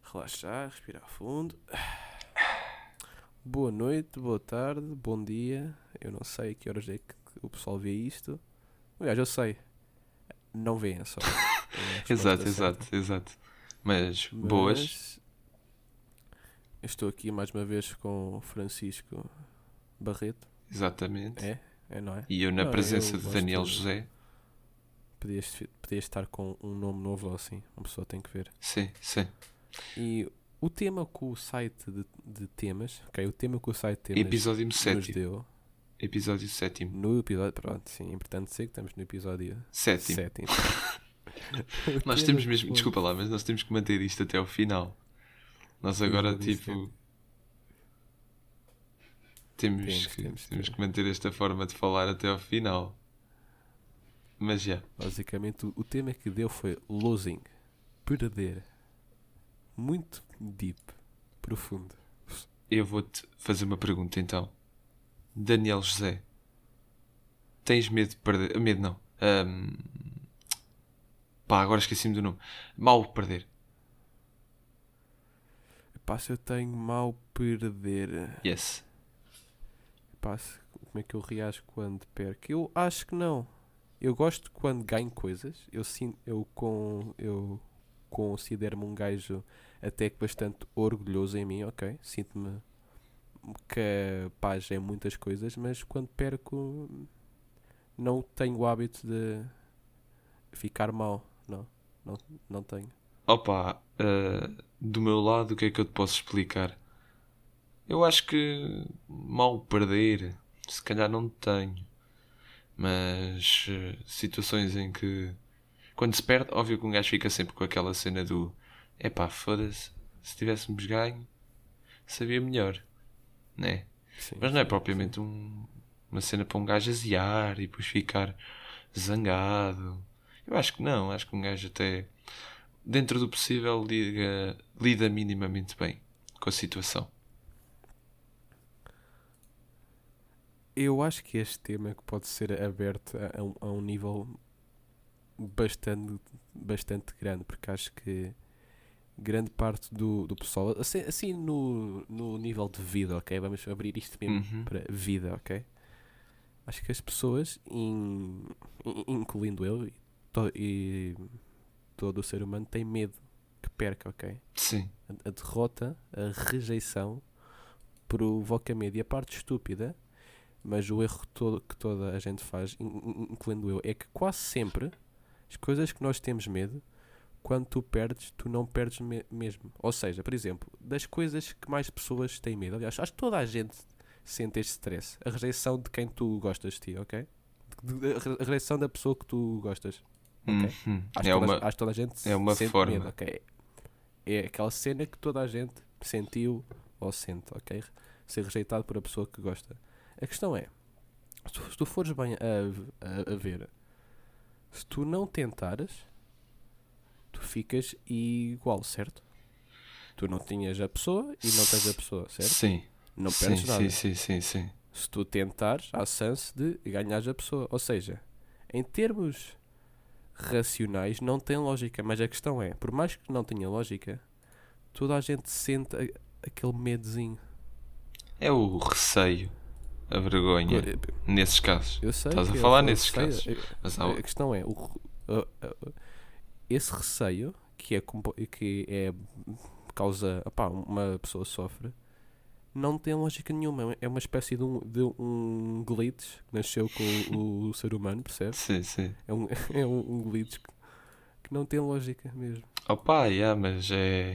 Relaxar, respirar fundo. Boa noite, boa tarde, bom dia. Eu não sei a que horas é que o pessoal vê isto. Aliás, eu sei. Não vêem só. É a resposta Exato, certa. exato, exato. Mas boas, Mas eu estou aqui mais uma vez com o Francisco Barreto. exatamente. É? É, não é? E eu na Não, presença eu de gosto Daniel de. José. Podias estar com um nome novo ou assim. Uma pessoa tem que ver. Sim, sim. E o tema que o site de temas. Ok, o tema que o site de temas Episódio nos sétimo. deu. Episódio sétimo. No episódio, pronto, sim, é importante dizer que estamos no episódio Sétimo. 7. O Nós tema temos que mesmo, foi. desculpa lá, mas nós temos que manter isto até ao final. Nós agora, Episódio 7. tipo, temos Temos, que, temos, temos temos. que manter esta forma de falar até ao final. Mas já, Basicamente, o tema que deu foi losing. Perder. Muito deep. Profundo. eu vou-te fazer uma pergunta então. Daniel José, tens medo de perder? Medo não. Pá, agora esqueci-me do nome. Mal perder. Pá, se eu tenho mal perder. Yes. Pá, como é que eu reajo quando perco? Eu acho que não. Eu gosto quando ganho coisas. Eu considero-me um gajo até que bastante orgulhoso em mim, ok? Sinto-me capaz em muitas coisas, mas quando perco não tenho o hábito de ficar mal. Não, não, não tenho. Opa, do meu lado, o que é que eu te posso explicar? Eu acho que mal perder, se calhar não tenho. Mas situações em que, quando se perde, óbvio que um gajo fica sempre com aquela cena do epá, foda-se, se tivéssemos ganho, sabia melhor, né? Sim, Mas não é sim, sim. propriamente uma cena para um gajo aziar e depois ficar zangado. Eu acho que não, acho que um gajo até, dentro do possível, lida minimamente bem com a situação. Eu acho que este tema que pode ser aberto a um nível bastante, bastante grande, porque acho que grande parte do pessoal, assim no nível de vida, ok? Vamos abrir isto mesmo Uhum. para vida, ok? Acho que as pessoas, incluindo eu e todo o ser humano, tem medo que perca, ok? Sim. A derrota, a rejeição provoca medo. E a parte estúpida, mas o erro todo que toda a gente faz, incluindo eu, é que quase sempre as coisas que nós temos medo, quando tu perdes, tu não perdes mesmo. Ou seja, por exemplo, das coisas que mais pessoas têm medo, aliás, acho que toda a gente sente este stress, a rejeição de quem tu gostas de ti, ok? A rejeição da pessoa que tu gostas, ok? Uhum. Acho que toda a gente É uma sente medo, forma. ok? É aquela cena que toda a gente sentiu ou sente, ok? Ser rejeitado por a pessoa que gosta. A questão é, se tu fores bem a ver, se tu não tentares, tu ficas igual, certo? Tu não tinhas a pessoa e não tens a pessoa, certo? Sim. Não Sim, perdes sim, nada. sim, sim, sim. Se tu tentares, há chance de ganhares a pessoa. Ou seja, em termos racionais, não tem lógica. Mas a questão é, por mais que não tenha lógica, toda a gente sente aquele medozinho. É o receio, a vergonha, nesses casos. Eu sei Estás a que falar eu nesses sei. casos. Mas A questão é, esse receio que é causa, opá, uma pessoa sofre, não tem lógica nenhuma. É uma espécie de um glitch que nasceu com o ser humano, percebes? sim, sim. É um glitch que não tem lógica mesmo. Opa, yeah, mas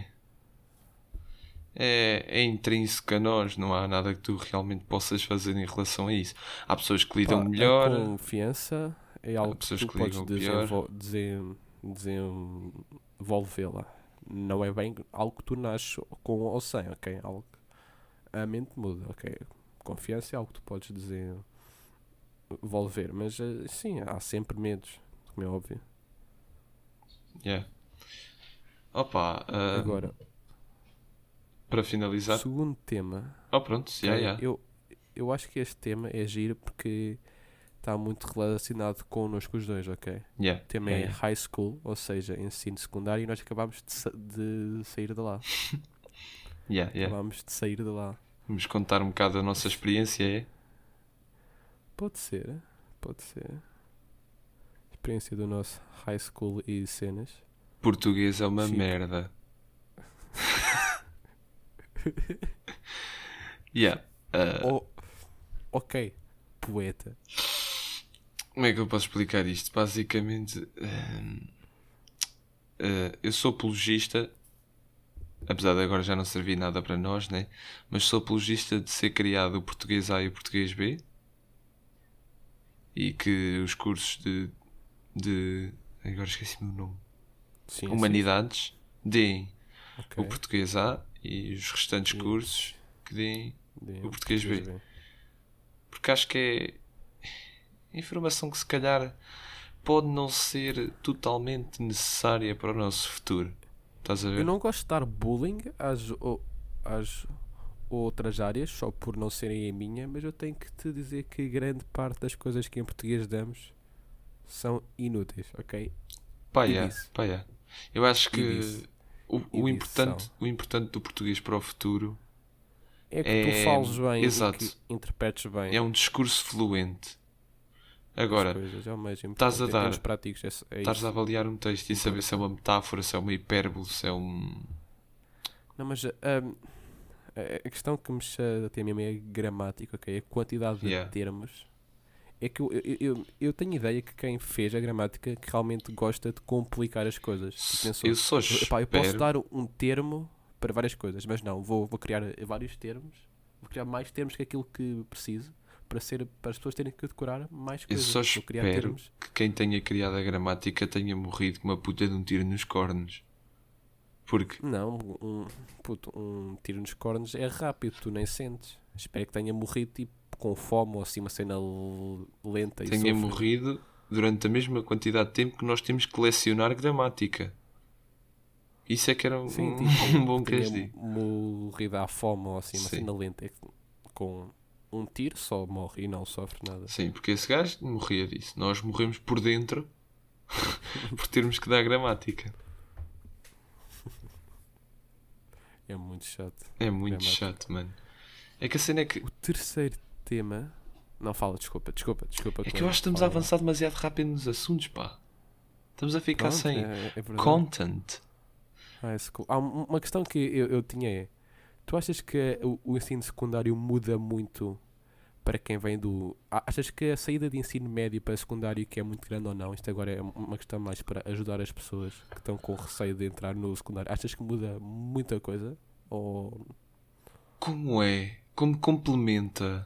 é intrínseco a nós, não há nada que tu realmente possas fazer em relação a isso. Há pessoas que lidam Pá, a melhor, confiança é há algo que pessoas tu que podes ligam pior. desenvolvê-la. Não é bem algo que tu nasces com ou sem, ok? Algo que a mente muda, ok? Confiança é algo que tu podes desenvolver, mas sim, há sempre medos, como é óbvio. Yeah. Opa, Agora, para o finalizar. segundo tema, Oh, pronto, yeah, ok? yeah. Eu acho que este tema é giro porque está muito relacionado connosco os dois, ok? Yeah, O tema yeah, é yeah. high school, ou seja, ensino secundário, e nós acabámos de sair de lá. Yeah, yeah. Acabámos de sair de lá. Vamos contar um bocado a nossa experiência, é? Pode ser, pode ser. Experiência do nosso high school e cenas. Português é uma Chico. merda. Yeah. Oh, ok, poeta. Como é que eu posso explicar isto? Basicamente, eu sou apologista, apesar de agora já não servir nada para nós, né? Mas sou apologista de ser criado o português A e o português B, e que os cursos de agora esqueci-me o nome, Sim, Humanidades, deem ok. o português A e os restantes E- cursos que deem De- o português B. Porque acho que é informação que se calhar pode não ser totalmente necessária para o nosso futuro. Estás a Eu ver? não gosto de dar bullying às outras áreas, só por não serem a minha, mas eu tenho que te dizer que grande parte das coisas que em português damos são inúteis, ok? Pá, E yeah, disse. pá, yeah. Eu acho E que disse. o, E o disse importante, são. o importante do português para o futuro É que tu é. fales bem e Exato. que interpretes bem É um discurso fluente. as Agora, coisas, é o mais estás importante. a Em dar. termos práticos, é Estás a isso. avaliar um texto e saber se é uma metáfora, se é uma hipérbole, se é um. Não, mas a questão que me chateia mesmo é a gramática, ok? A quantidade de Yeah. termos. É que eu tenho ideia que quem fez a gramática que realmente gosta de complicar as coisas. Tipo, pensou, Eu só epá, eu posso espero. dar um termo para várias coisas, mas não, vou criar vários termos, vou criar mais termos que aquilo que preciso para as pessoas terem que decorar mais Eu coisas. só Vou criar espero termos. que quem tenha criado a gramática tenha morrido com uma puta de um tiro nos cornos. Porque, Não, um tiro nos cornos é rápido, tu nem sentes. Espero que tenha morrido tipo com fome ou assim uma cena lenta e tenha sofra. morrido durante a mesma quantidade de tempo que nós temos que lecionar gramática. Isso é que era Sim, um, tipo, um bom que tenha castigo. morrido à fome ou assim, uma Sim. cena lenta. É que com um tiro só morre e não sofre nada. Sim, porque esse gajo morria disso. Nós morremos por dentro por termos que dar gramática. É muito chato. É muito Gramática. chato, mano. É que a cena é que. O terceiro tema. Não, fala, desculpa. É que eu acho que estamos a avançar demasiado rápido nos assuntos, pá. Estamos a ficar Pronto, sem é verdade. content. High school. Há uma questão que eu tinha é: tu achas que o ensino secundário muda muito para quem vem do. Achas que a saída de ensino médio para secundário que é muito grande ou não? Isto agora é uma questão mais para ajudar as pessoas que estão com receio de entrar no secundário. Achas que muda muita coisa? Ou. Como é? Como complementa?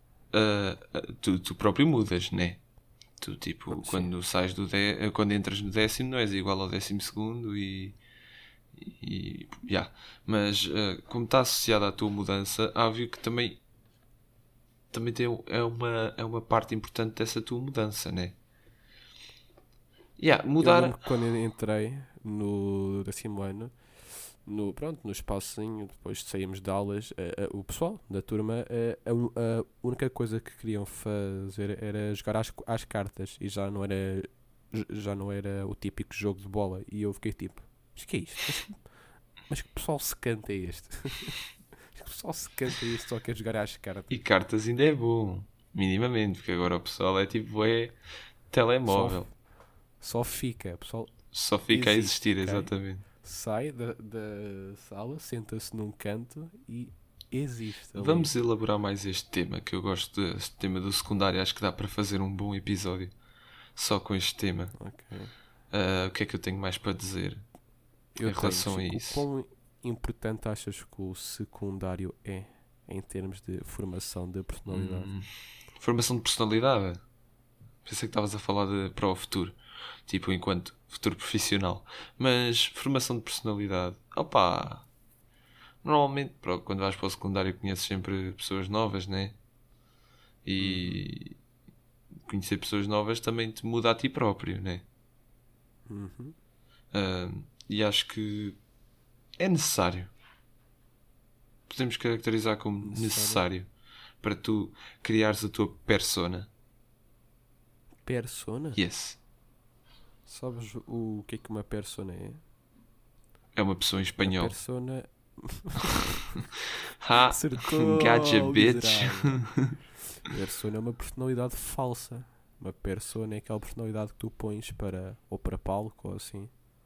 Tu próprio mudas, né? Tu, tipo, Sim. quando sais quando entras no décimo, não és igual ao 12º yeah. Mas como está associado à tua mudança, óbvio que também é uma parte importante dessa tua mudança, né? Yeah, Eu mudar. lembro que quando eu entrei no 10º ano, no espacinho, depois de saímos de aulas, o pessoal da turma, a única coisa que queriam fazer era jogar às cartas e já não era o típico jogo de bola. E eu fiquei tipo, mas que é isto? Mas que pessoal secante é este? Que pessoal secante é este só quer jogar às cartas? E cartas ainda é bom, minimamente, porque agora o pessoal é tipo, telemóvel. Só fica, o pessoal Só fica a existe, existir, ok? exatamente. Sai da sala, senta-se num canto e existe ali. Vamos elaborar mais este tema, que eu gosto deste tema do secundário. Acho que dá para fazer um bom episódio só com este tema. Ok. O que é que eu tenho mais para dizer Eu em relação a Chico, isso? quão importante achas que o secundário é em termos de formação de personalidade? Formação de personalidade? Pensei que estavas a falar para o futuro, tipo enquanto futuro profissional. Mas formação de personalidade, opá, normalmente quando vais para o secundário conheces sempre pessoas novas, né? E conhecer pessoas novas também te muda a ti próprio, né? Uhum. E acho que é necessário. Podemos caracterizar como necessário para tu criares a tua persona. persona? Yes. Sabes o que é que uma persona é? É uma pessoa em Uma espanhol. persona. Ha! Gacha, Acertou, bitch! miserável. Persona é uma personalidade falsa. Uma persona é aquela personalidade que tu pões para. Ou para palco ou assim.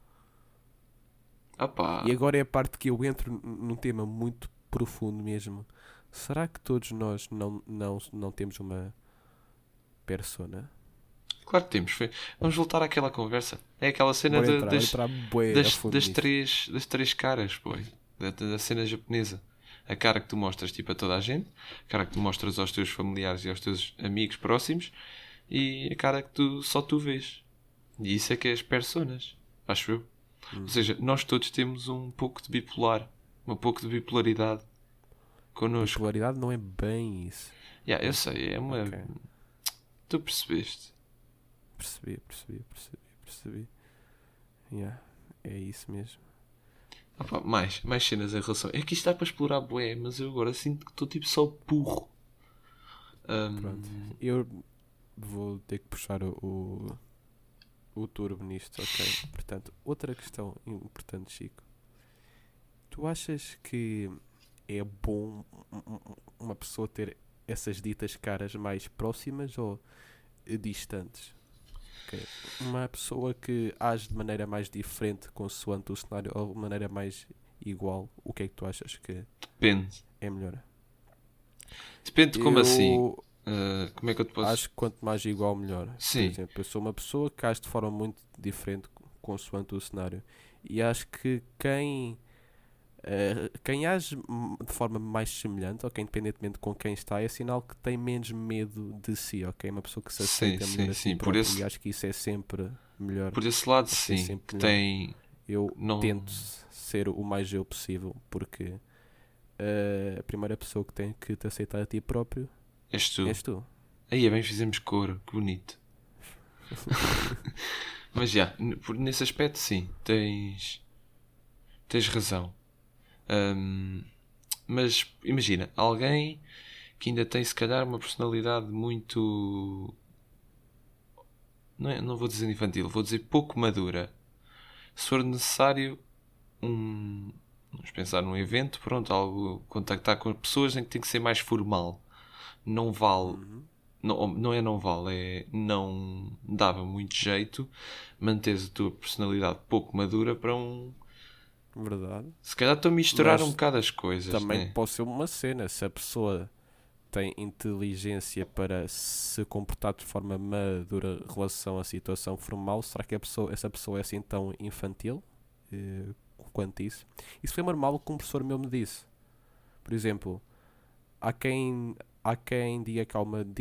Opá, E agora é a parte que eu entro num tema muito profundo mesmo. Será que todos nós não temos uma persona? claro que temos. Vamos voltar àquela conversa. É aquela cena Bora entrar bué a fundo nisto. das três caras, pô. Da cena japonesa. A cara que tu mostras tipo a toda a gente, a cara que tu mostras aos teus familiares e aos teus amigos próximos e a cara que só tu vês. E isso é que é as personas, acho eu. Ou seja, nós todos temos um pouco de bipolar, um pouco de bipolaridade connosco. Bipolaridade não é bem isso. Yeah, eu sei, é uma. Ok. Tu percebeste? Percebi. Yeah, é isso mesmo. Opa, mais cenas em relação. É que isto dá para explorar bué, mas eu agora sinto que estou tipo só burro. Pronto. Eu vou ter que puxar o turbo nisto, ok? Portanto, outra questão importante, Chico. Tu achas que é bom uma pessoa ter essas ditas caras mais próximas ou distantes? Ok. Uma pessoa que age de maneira mais diferente consoante o cenário ou de maneira mais igual, o que é que tu achas que Depende. é melhor? Depende como assim? Eu Como é que eu te posso. acho que quanto mais igual, melhor. Por Sim, exemplo, eu sou uma pessoa que age de forma muito diferente consoante o cenário. E acho que quem age de forma mais semelhante, ok, independentemente com quem está, é sinal que tem menos medo de si, ok? Uma pessoa que se sim, aceita melhor sim, a si sim. própria. E acho que isso é sempre melhor. Por esse lado, Acho que é sim. sempre Que melhor. tem. Eu Não. tento ser o mais eu possível, porque a primeira pessoa que tem que te aceitar a ti próprio És tu. és tu. Aí, bem, fizemos coro. Que bonito. Mas já, nesse aspecto, sim. Tens razão. Mas imagina, alguém que ainda tem se calhar uma personalidade muito. Não vou dizer infantil, vou dizer pouco madura. Se for necessário vamos pensar num evento, pronto, algo, contactar com pessoas em que tem que ser mais formal. Não vale. Não vale, é não dava muito jeito manteres a tua personalidade pouco madura para um. Verdade. Se calhar estou a misturar um Mas bocado as coisas, também né? pode ser uma cena. Se a pessoa tem inteligência para se comportar de forma madura em relação à situação formal, será que essa pessoa é assim tão infantil quanto isso? Isso foi normal que um professor meu me disse. Por exemplo, há quem diga que há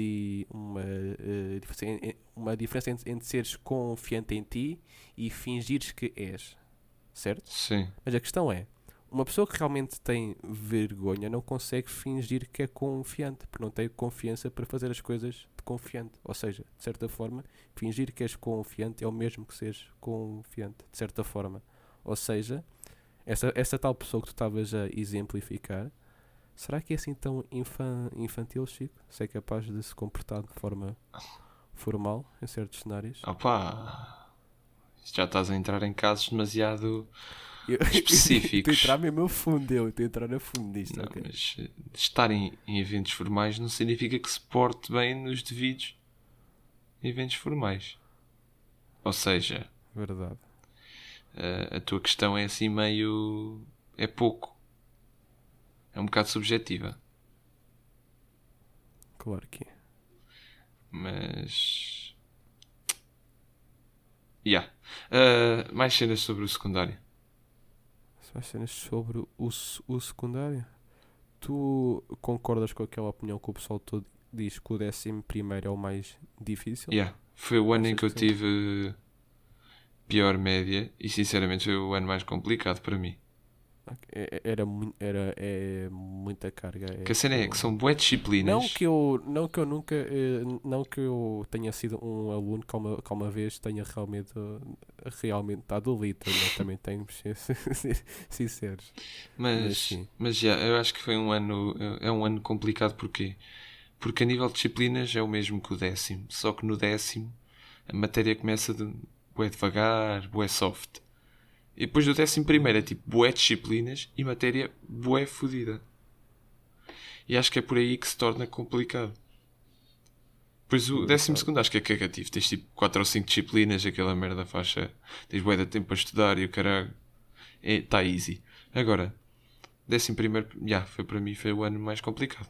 uma diferença entre seres confiante em ti e fingires que és, certo? Sim, Mas a questão é, uma pessoa que realmente tem vergonha não consegue fingir que é confiante, porque não tem confiança para fazer as coisas de confiante. Ou seja, de certa forma, fingir que és confiante é o mesmo que seres confiante, de certa forma. Ou seja, essa tal pessoa que tu estavas a exemplificar, será que é assim tão infantil, Chico? Se é capaz de se comportar de forma formal em certos cenários? opá, já estás a entrar em casos demasiado Estou a específicos. entrar mesmo a fundo, estou a entrar a fundo nisto, Não, ok? mas estar em eventos formais não significa que se porte bem nos devidos eventos formais. Ou seja, Verdade. a tua questão é assim meio. É pouco. É um bocado subjetiva. Claro que é. Mas. Yeah. Mais cenas sobre o secundário. Mais cenas sobre o secundário. Tu concordas com aquela opinião que o pessoal todo diz que o 11º é o mais difícil? Yeah. Foi o ano em Achas que eu que sim? tive pior média e sinceramente foi o ano mais complicado para mim. É muita carga. Que a cena é que são bué disciplinas. Não que eu tenha sido um aluno que uma vez tenha realmente dado o litro, né? Também tenho que ser sinceros. Mas sim, Mas já, eu acho que foi um ano. É um ano complicado porquê? Porque a nível de disciplinas é o mesmo que o 10º. Só que no 10º a matéria começa de bué devagar, bué soft. E depois do 11º é tipo bué disciplinas e matéria bué fodida. E acho que é por aí que se torna complicado. Depois o 12º acho que é cagativo. Tens tipo 4 ou 5 disciplinas, aquela merda faixa. Tens bué de tempo para estudar e o caralho. Tá easy. Agora, 11º, foi para mim foi o ano mais complicado.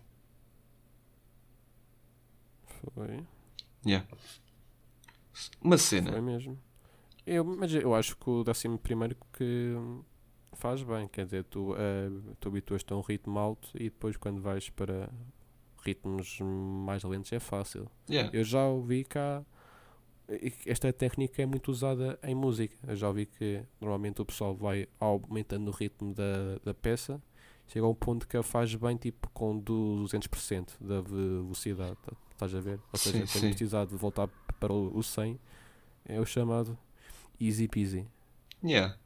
Foi. Yeah. Uma cena. Foi mesmo. Mas eu acho que o 11º que faz bem, quer dizer, tu habituas-te a um ritmo alto e depois quando vais para ritmos mais lentos é fácil. Yeah. Eu já ouvi cá, esta técnica é muito usada em música. Eu já ouvi que normalmente o pessoal vai aumentando o ritmo da peça, chega a um ponto que a faz bem tipo com 200% da velocidade, estás a ver? Ou seja, Sim, quando precisar de voltar para o 100 é o chamado easy peasy. Yeah.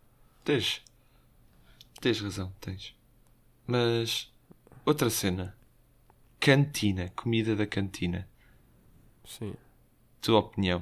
Tens razão, tens. Mas outra cena. Cantina, comida da cantina. Sim. Tua opinião?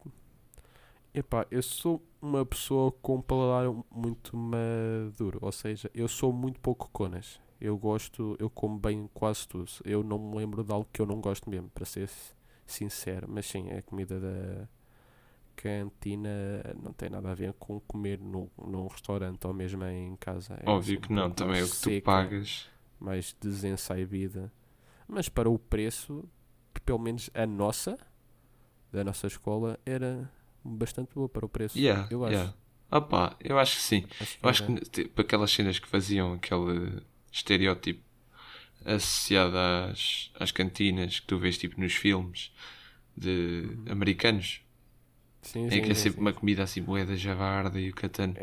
Epá, eu sou uma pessoa com um paladar muito maduro, ou seja, eu sou muito pouco conas. Eu como bem quase tudo. Eu não me lembro de algo que eu não gosto mesmo, para ser sincero. Mas sim, a comida da cantina não tem nada a ver com comer num restaurante ou mesmo em casa. É assim Óbvio um que não, pouco também é o mais que tu seca, pagas. mais desensaibida. Mas para o preço, pelo menos a nossa, da nossa escola, era bastante boa para o preço, Yeah, eu acho. yeah. Opá, eu acho que sim. Acho que Eu acho era. que tipo, aquelas cenas que faziam aquele estereótipo associado às cantinas que tu vês tipo nos filmes de Uhum. americanos. Sim, É que é sim, sim, sempre sim. uma comida assim, bué da javarda e o catano.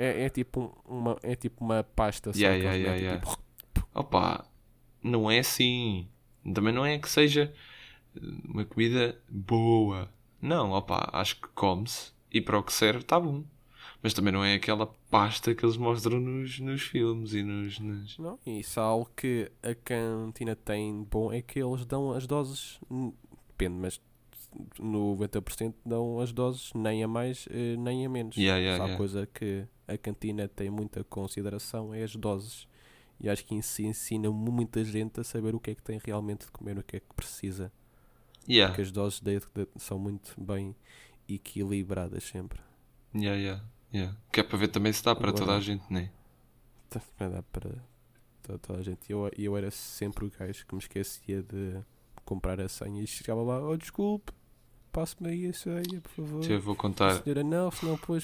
É tipo uma pasta só Yeah, que yeah, eles yeah, metem yeah. tipo. Opa, não é assim. Também não é que seja uma comida boa. Não, opa, acho que come-se e para o que serve está bom. Mas também não é aquela pasta que eles mostram nos filmes e nos... Não, e se há algo que a cantina tem de bom é que eles dão as doses. Depende, mas 90% dão as doses nem a mais nem a menos. Yeah, yeah, Se há yeah. coisa que a cantina tem muita consideração é as doses. E acho que isso ensina muita gente a saber o que é que tem realmente de comer, o que é que precisa. Yeah, Porque as doses são muito bem equilibradas sempre. yeah, yeah, yeah. Que é para ver também se dá para toda a Agora, gente, né? também dá para toda a gente. Eu era sempre o gajo que me esquecia de comprar a senha e chegava lá, oh desculpe, passe-me aí a senha, por Então favor. eu vou E a contar, senhora, não, senão depois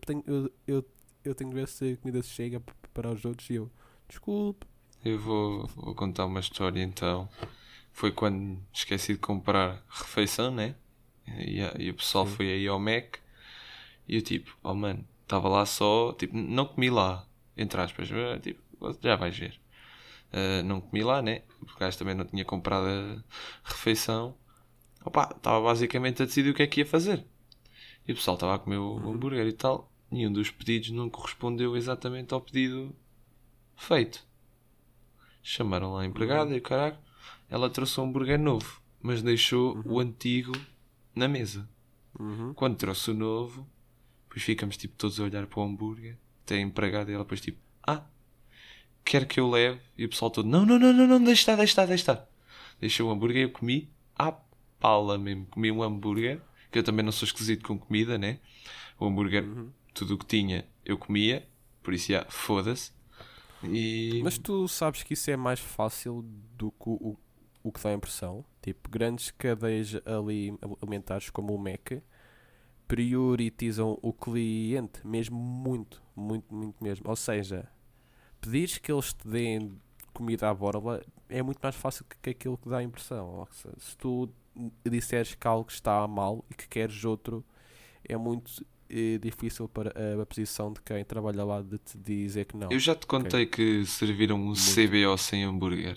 eu tenho de ver se a comida chega para os outros e eu, desculpe. vou contar uma história então. Foi quando esqueci de comprar refeição, né? E o pessoal Sim. foi aí ao Mac e eu tipo, oh mano, estava lá só, tipo, não comi lá, entre aspas, tipo, já vais ver. Não comi lá, né? Porque o gajo também não tinha comprado a refeição. Opa, estava basicamente a decidir o que é que ia fazer. E o pessoal estava a comer o Uhum. hambúrguer e tal. Nenhum dos pedidos não correspondeu exatamente ao pedido feito. Chamaram lá a Uhum. empregada e o caralho. Ela trouxe um hambúrguer novo, mas deixou o Uhum. antigo na mesa. Uhum. Quando trouxe o novo, depois ficamos tipo todos a olhar para o hambúrguer. Até a empregada e ela depois tipo, quer que eu leve? E o pessoal todo, não, não, não, não, não, deixa estar, deixa estar, deixa estar. Deixou o hambúrguer e eu comi à pala mesmo. Comi um hambúrguer, que eu também não sou esquisito com comida, né? O hambúrguer, Uhum. tudo o que tinha, eu comia. Por isso, foda-se. E... Mas tu sabes que isso é mais fácil do que o que dá a impressão. Tipo, grandes cadeias alimentares como o Mac priorizam o cliente mesmo muito, muito, muito mesmo. Ou seja, pedires que eles te deem comida à borla é muito mais fácil que aquilo que dá a impressão. Ou seja, se tu disseres que algo está mal e que queres outro, é muito difícil para a posição de quem trabalha lá de te dizer que eu não. já te Ok? contei que serviram um Muito. CBO sem hambúrguer.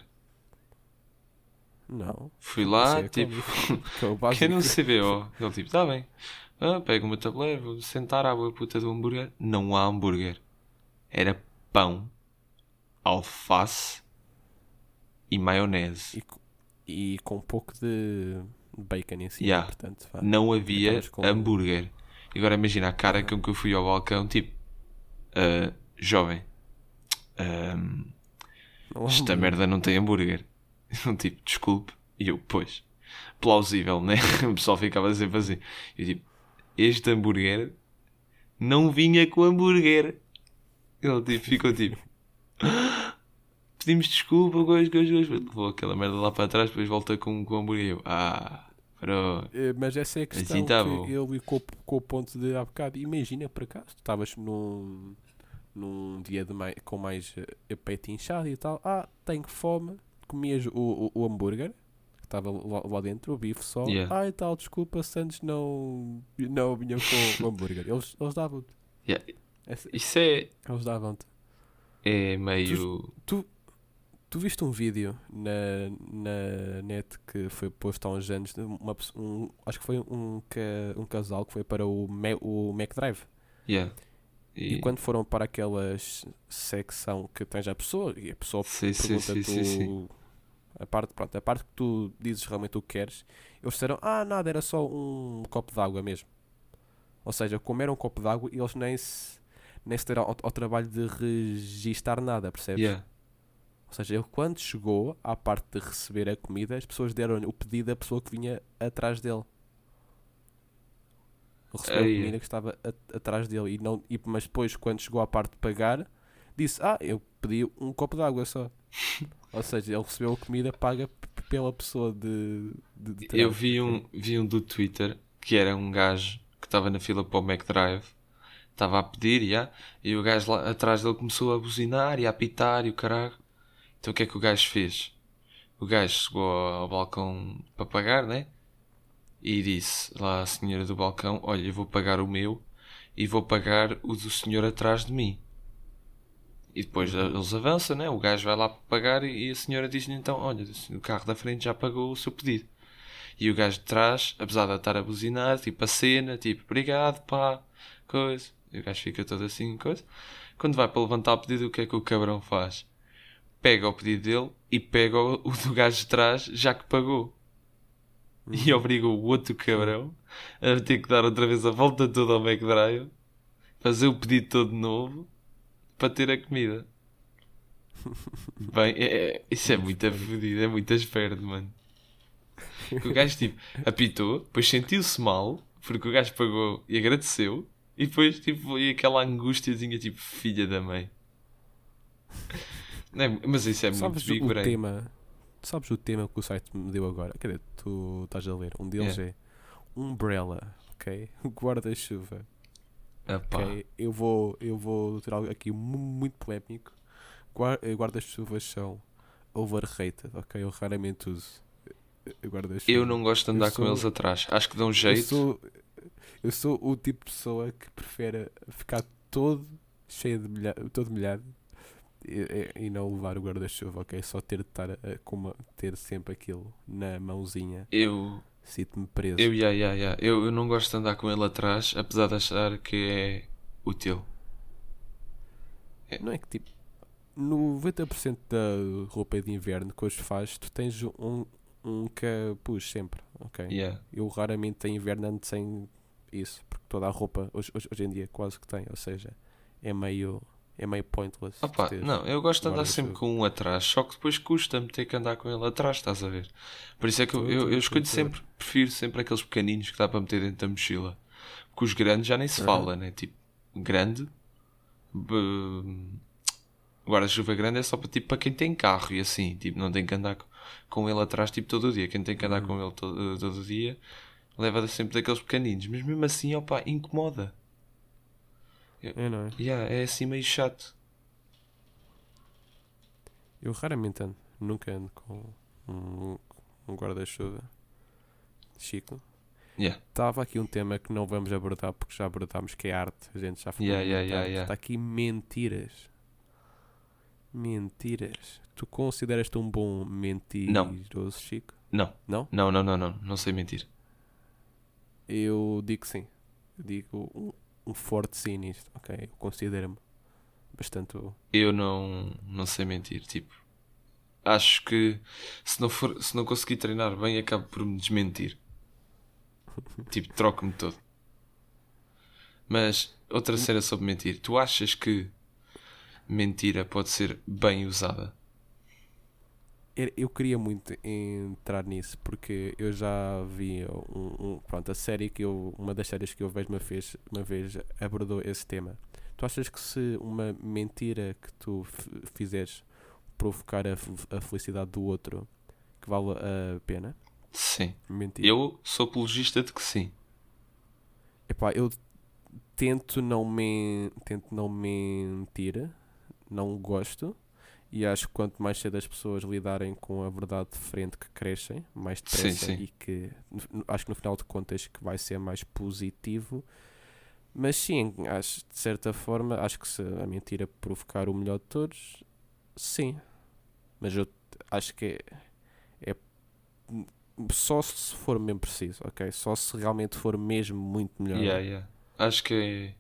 Não. Fui Isso lá, é tipo, cómico. Que é o quero um básico. CBO. Ele tipo, tá bem. Pego uma tabuleira, vou sentar à boa puta do hambúrguer. Não há hambúrguer. Era pão, alface e maionese. E, e com um pouco de bacon em cima, Yeah. portanto, vá. Não havia Acabas com... hambúrguer. E agora imagina a cara com que eu fui ao balcão, tipo, jovem, ahm, Não há esta hambúrguer. merda não tem hambúrguer. Tipo, desculpe. E eu, pois, plausível, né? O pessoal ficava sempre assim. Eu tipo, este hambúrguer não vinha com hambúrguer. Ele tipo, ficou tipo, pedimos desculpa, coisa. Levou aquela merda lá para trás, depois volta com o hambúrguer. E eu, pronto. Mas essa é a Assim questão tá que bom. eu li com o ponto de há bocado. Imagina, por acaso, tu estavas num dia com mais peito inchado e tal. Tenho fome. Comias o hambúrguer que estava lá dentro, o bife só. Yeah. E tal, desculpa, Santos não vinha com o hambúrguer. Eles davam-te. Yeah. Isso é Eles davam-te. meio. Tu viste um vídeo na net que foi posto há uns anos de acho que foi um casal que foi para o McDrive. Yeah. E quando foram para aquela secção que tens a pessoa e a pessoa Sim. pergunta-te a parte que tu dizes realmente o que queres, eles disseram, nada, era só um copo de água mesmo. Ou seja, como era um copo de água, eles nem se deram ao trabalho de registar nada, percebes? Yeah. Ou seja, ele quando chegou à parte de receber a comida, as pessoas deram o pedido à pessoa que vinha atrás dele. Ele recebeu a comida que estava atrás dele. Mas depois, quando chegou à parte de pagar, disse, eu pedi um copo de água só. Ou seja, ele recebeu a comida paga pela pessoa de trás. Eu vi um do Twitter que era um gajo que estava na fila para o McDrive, estava a pedir, e o gajo lá atrás dele começou a buzinar e a apitar e o caralho. Então o que é que o gajo fez? O gajo chegou ao balcão para pagar, né? E disse lá à senhora do balcão, olha, eu vou pagar o meu e vou pagar o do senhor atrás de mim. E depois eles avançam, né? O gajo vai lá para pagar e a senhora diz-lhe então, olha, o carro da frente já pagou o seu pedido. E o gajo de trás, apesar de estar a buzinar, tipo a cena, tipo, obrigado, pá, coisa. E o gajo fica todo assim, coisa. Quando vai para levantar o pedido, o que é que o cabrão faz? Pega o pedido dele e pega o do gajo de trás, já que pagou. E obriga o outro cabrão a ter que dar outra vez a volta toda ao McDrive, fazer o pedido todo de novo, para ter a comida. Bem, isso é muito fodido, é muito esperto, mano. O gajo tipo apitou, depois sentiu-se mal, porque o gajo pagou e agradeceu, e depois tipo foi aquela angústiazinha tipo filha da mãe. Mas isso é muito Sabes big o brain. tema? Sabes o tema que o site me deu agora? Quer dizer, tu estás a ler. Um deles é Umbrella, ok? Guarda-chuva. Ok? Eu vou ter algo aqui muito polémico. Guarda-chuvas são overrated, ok? Eu raramente uso guarda-chuva. Eu não gosto de andar com eles atrás. Acho que dão jeito. Eu sou o tipo de pessoa que prefere ficar todo cheio de todo molhado e não levar o guarda-chuva, ok? Só ter de estar ter sempre aquilo na mãozinha. Sinto-me preso. Eu não gosto de andar com ele atrás, apesar de achar que é útil. Não é que tipo 90% da roupa de inverno que hoje faz, tu tens um capuz sempre, ok? Eu raramente em inverno ando sem isso, porque toda a roupa hoje em dia quase que tem, ou seja, é meio pointless. Não, eu gosto de andar sempre com um atrás, só que depois custa-me ter que andar com ele atrás, estás a ver? Por isso é que eu escolho sempre, prefiro sempre aqueles pequeninos que dá para meter dentro da mochila. Porque os grandes já nem se fala, né? Tipo, grande, guarda-chuva grande é só para, tipo, para quem tem carro e assim, tipo, não tem que andar com ele atrás tipo todo o dia. Quem tem que andar com ele todo o dia leva sempre daqueles pequeninos, mas mesmo assim, opa, incomoda. Não é? É assim meio chato. Eu raramente ando, nunca ando com um guarda-chuva. Chico. Estava aqui um tema que não vamos abordar porque já abordámos, que é arte. A gente já falou. Está aqui mentiras. Tu consideras-te um bom mentiroso, Chico? Não. Não? Não sei mentir. Eu digo sim. Eu digo um forte sim nisto, ok? Eu considero-me bastante. Eu não sei mentir, tipo. Acho que se não conseguir treinar bem, acabo por me desmentir. Tipo, troco-me todo. Mas, outra cena sobre mentir. Tu achas que mentira pode ser bem usada? Eu queria muito entrar nisso porque eu já vi pronto, a série uma das séries que eu vejo uma vez abordou esse tema. Tu achas que se uma mentira que tu fizeres provocar a felicidade do outro, que vale a pena Sim. mentir? Eu sou apologista de que sim. Epá, eu tento não mentir, não gosto. E acho que quanto mais cedo as pessoas lidarem com a verdade de frente, que crescem mais Sim, depressa, sim. e que acho que no final de contas que vai ser mais positivo. Mas sim, acho, de certa forma, acho que se a mentira provocar o melhor de todos, sim. Mas eu acho que é só se for mesmo preciso, ok? Só se realmente for mesmo muito Yeah, melhor. yeah. Acho que é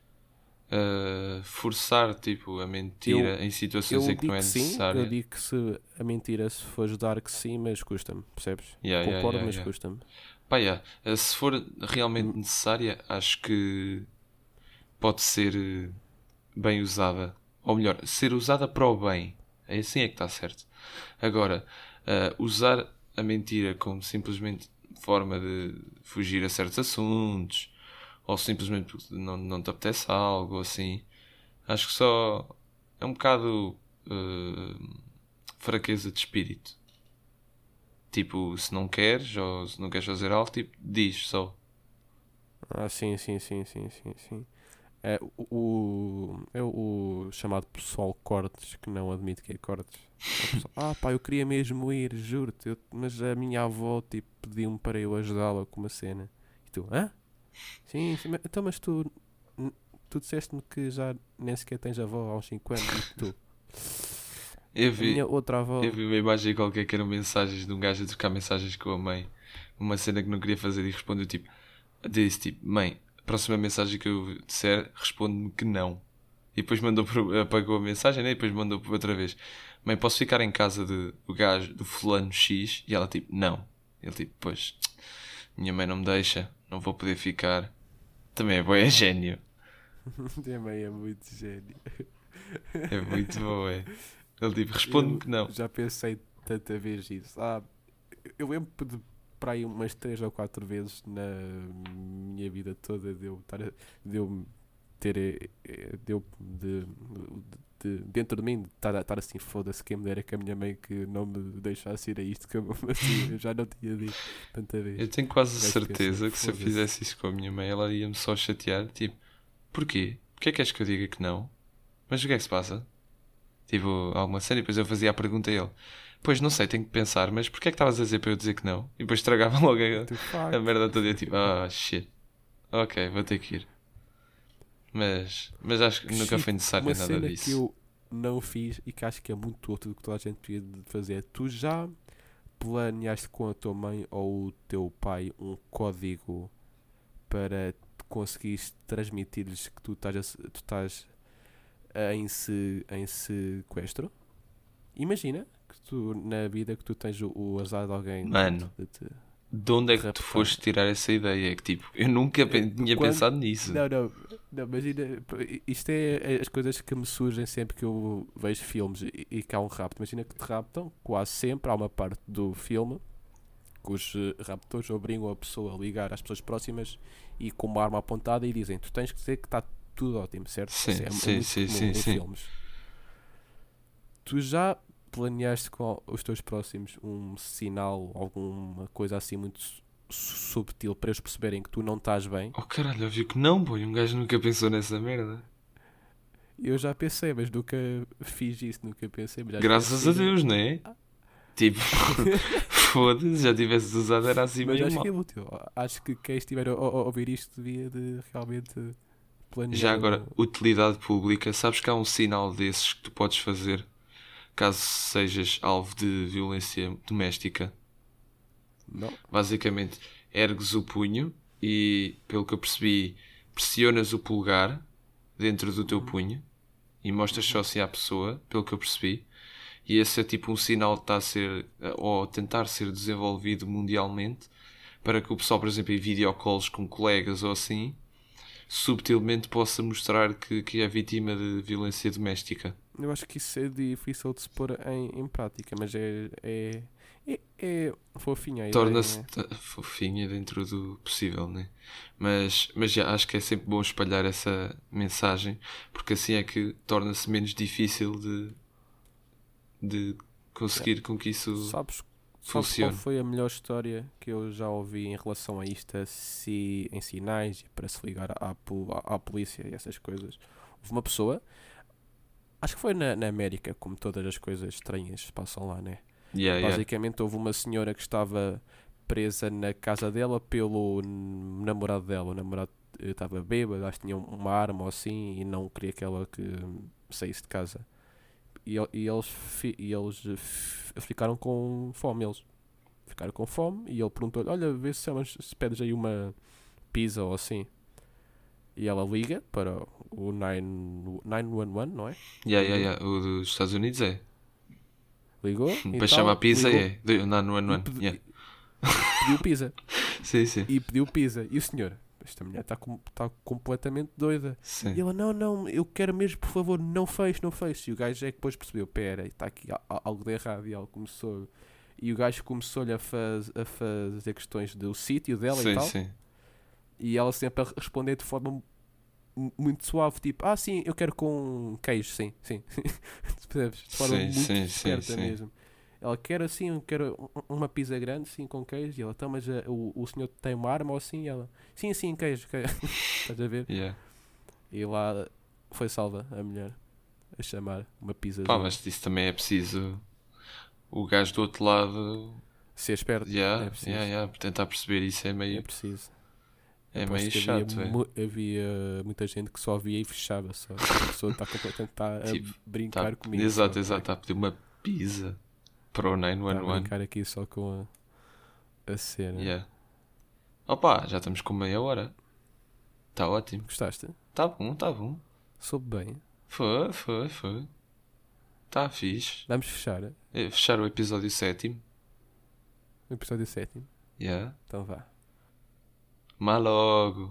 forçar tipo, a Eu, mentira em situações eu em que não digo é que sim, eu necessária. digo que se a mentira se for ajudar que sim, mas custa-me, percebes? Yeah, yeah, Concordo, yeah, mas yeah. custa-me. Pá, yeah. Se for realmente Hum, necessária, acho que pode ser bem usada. Ou melhor, ser usada para o bem. É assim é que está certo. Agora, usar a mentira como simplesmente forma de fugir a certos assuntos, ou simplesmente porque não te apetece algo, assim, acho que só é um bocado fraqueza de espírito. Tipo, se não queres, ou se não queres fazer algo, tipo, diz só. sim, sim, sim, sim, sim, sim. É o chamado pessoal cortes que não admite que é cortes. É o pessoal, pá, eu queria mesmo ir, juro-te, mas a minha avó tipo, pediu-me para eu ajudá-la com uma cena. E tu, hã? Sim, sim, então mas n- tu disseste-me que já nem sequer tens avó há uns 5 anos e tu, Eu a minha vi, outra eu avó. vi uma imagem qualquer que eram mensagens de um gajo a trocar mensagens com a mãe. Uma cena que não queria fazer e respondeu tipo, disse tipo, mãe, a próxima mensagem que eu disser, responde-me que não. E depois apagou a mensagem, né? E depois mandou outra vez. Mãe, posso ficar em casa do gajo, do fulano X? E ela tipo, não. Ele tipo, pois, minha mãe não me deixa, não vou poder ficar. Também é bom, é gênio. Também é muito gênio. É muito bom, é. Ele tipo, responde-me Eu que não. já pensei tanta vez isso. Eu lembro de para aí umas 3 ou 4 vezes na minha vida toda de eu ter dentro de mim estar assim, foda-se, quem me dera que a minha mãe que não me deixasse ir a isto que eu fazia. Eu já não tinha dito tanta Eu vez. tenho quase O a gajo pensa, certeza que se eu foda-se. fizesse isso com a minha mãe, ela ia-me só chatear. Tipo, porquê? Porquê é que queres que eu diga que não? Mas o que é que se passa? Tipo, alguma cena, e depois eu fazia a pergunta a ele. Pois não sei, tenho que pensar, mas porquê é que estavas a dizer para eu dizer que não? E depois estragava logo De a facto. merda toda e eu tipo, shit. Ok, vou ter que ir. Mas acho que nunca foi Chico, necessário uma nada cena que disso. eu não fiz e que acho que é muito outro do que toda a gente devia de fazer. Tu já planeaste com a tua mãe ou o teu pai um código para conseguires transmitir-lhes que tu estás em sequestro? Imagina que tu, na vida, que tu tens o azar de alguém Mano, de te de onde é que tu raptar. foste tirar essa ideia? É que tipo, eu nunca tinha Quando, pensado nisso. não, não, não, imagina, isto é as coisas que me surgem sempre que eu vejo filmes e que há um rapto. Imagina que te raptam, quase sempre há uma parte do filme que os raptores obrigam a pessoa a ligar às pessoas próximas e com uma arma apontada e dizem: tu tens que dizer que está tudo ótimo, certo? Isso Sim, é sim, muito sim, comum sim, em sim. filmes. Tu já planeaste com os teus próximos um sinal, alguma coisa assim muito subtil para eles perceberem que tu não estás bem? Oh caralho, óbvio que não, boy. Um gajo nunca pensou nessa merda. Eu já pensei, mas nunca fiz isso, nunca pensei, mas às vezes Graças a seria. Deus, não é? Tipo, foda-se, já tivesses usado era assim Mas meio acho que é mal. útil. Acho que quem estiver a ouvir isto devia de realmente Já planear agora, utilidade pública, sabes que há um sinal desses que tu podes fazer caso sejas alvo de violência doméstica? Não? Basicamente, ergues o punho e, pelo que eu percebi, pressionas o polegar dentro do teu Uhum, punho e mostras só uhum. assim à pessoa, pelo que eu percebi. E esse é tipo um sinal que está a ser, ou a tentar ser desenvolvido mundialmente para que o pessoal, por exemplo, em videocalls com colegas ou assim, subtilmente possa mostrar que é vítima de violência doméstica. Eu acho que isso é difícil de se pôr em prática, mas é fofinha a ideia, Torna-se né? fofinha dentro do possível, né? Mas já acho que é sempre bom espalhar essa mensagem, porque assim é que torna-se menos difícil de Yeah. conseguir com que isso Sabes qual funcione. foi a melhor história que eu já ouvi em relação a isto, em sinais e para se ligar à polícia e essas coisas? Houve uma pessoa, acho que foi na América, como todas as coisas estranhas se passam lá, né? Yeah, yeah. Basicamente houve uma senhora que estava presa na casa dela pelo namorado dela. O namorado estava bêbado, acho que tinha uma arma ou assim e não queria que ela saísse de casa. E eles ficaram com fome. Eles ficaram com fome e ele perguntou-lhe: Olha, vê se pedes aí uma pizza ou assim. E ela liga para o 911, não é? Yeah, yeah, Ligou, yeah. O dos Estados Unidos é. ligou e Depois chama a tal, pizza e ligou é. Não, não, e não. Yeah. pediu pizza. Sim, sim. E pediu pizza. E o senhor, esta mulher está completamente doida. E Sim. ela, não, eu quero mesmo, por favor, não feche, não feche. E o gajo é que depois percebeu: Pera, está aqui algo de errado. E ela começou. E o gajo começou-lhe a fazer questões do sítio dela e Sim, tal. sim. E ela sempre a responder de forma muito suave, tipo, sim, eu quero com queijo, sim, sim. Percebes? De forma Sim, muito sim, sim, esperta sim. mesmo. Ela quer assim, eu quero uma pizza grande, sim, com queijo. E ela, então, mas o senhor tem uma arma ou assim? E ela, sim, queijo, queijo. Estás a ver? Yeah. E lá foi salva a mulher a chamar uma Pá, pizzazinha. mas isso também é preciso o gajo do outro lado. Ser esperto, é Yeah, yeah, preciso. yeah. Tentar perceber isso É preciso. é meio Aposto que havia, chato, é. havia muita gente que só via e fechava só. A pessoa está completamente a Tipo, tá, brincar comigo só. exato, exato. Está a pedir uma pizza para o Está a 911. brincar aqui só com a cena. Yeah. Opa, já estamos com meia hora. Está ótimo. Gostaste? Tá bom, tá bom. Soube bem. Foi. Tá fixe. Vamos fechar Fechar o episódio 7º. o episódio 7. Yeah. Então vá. Mas logo.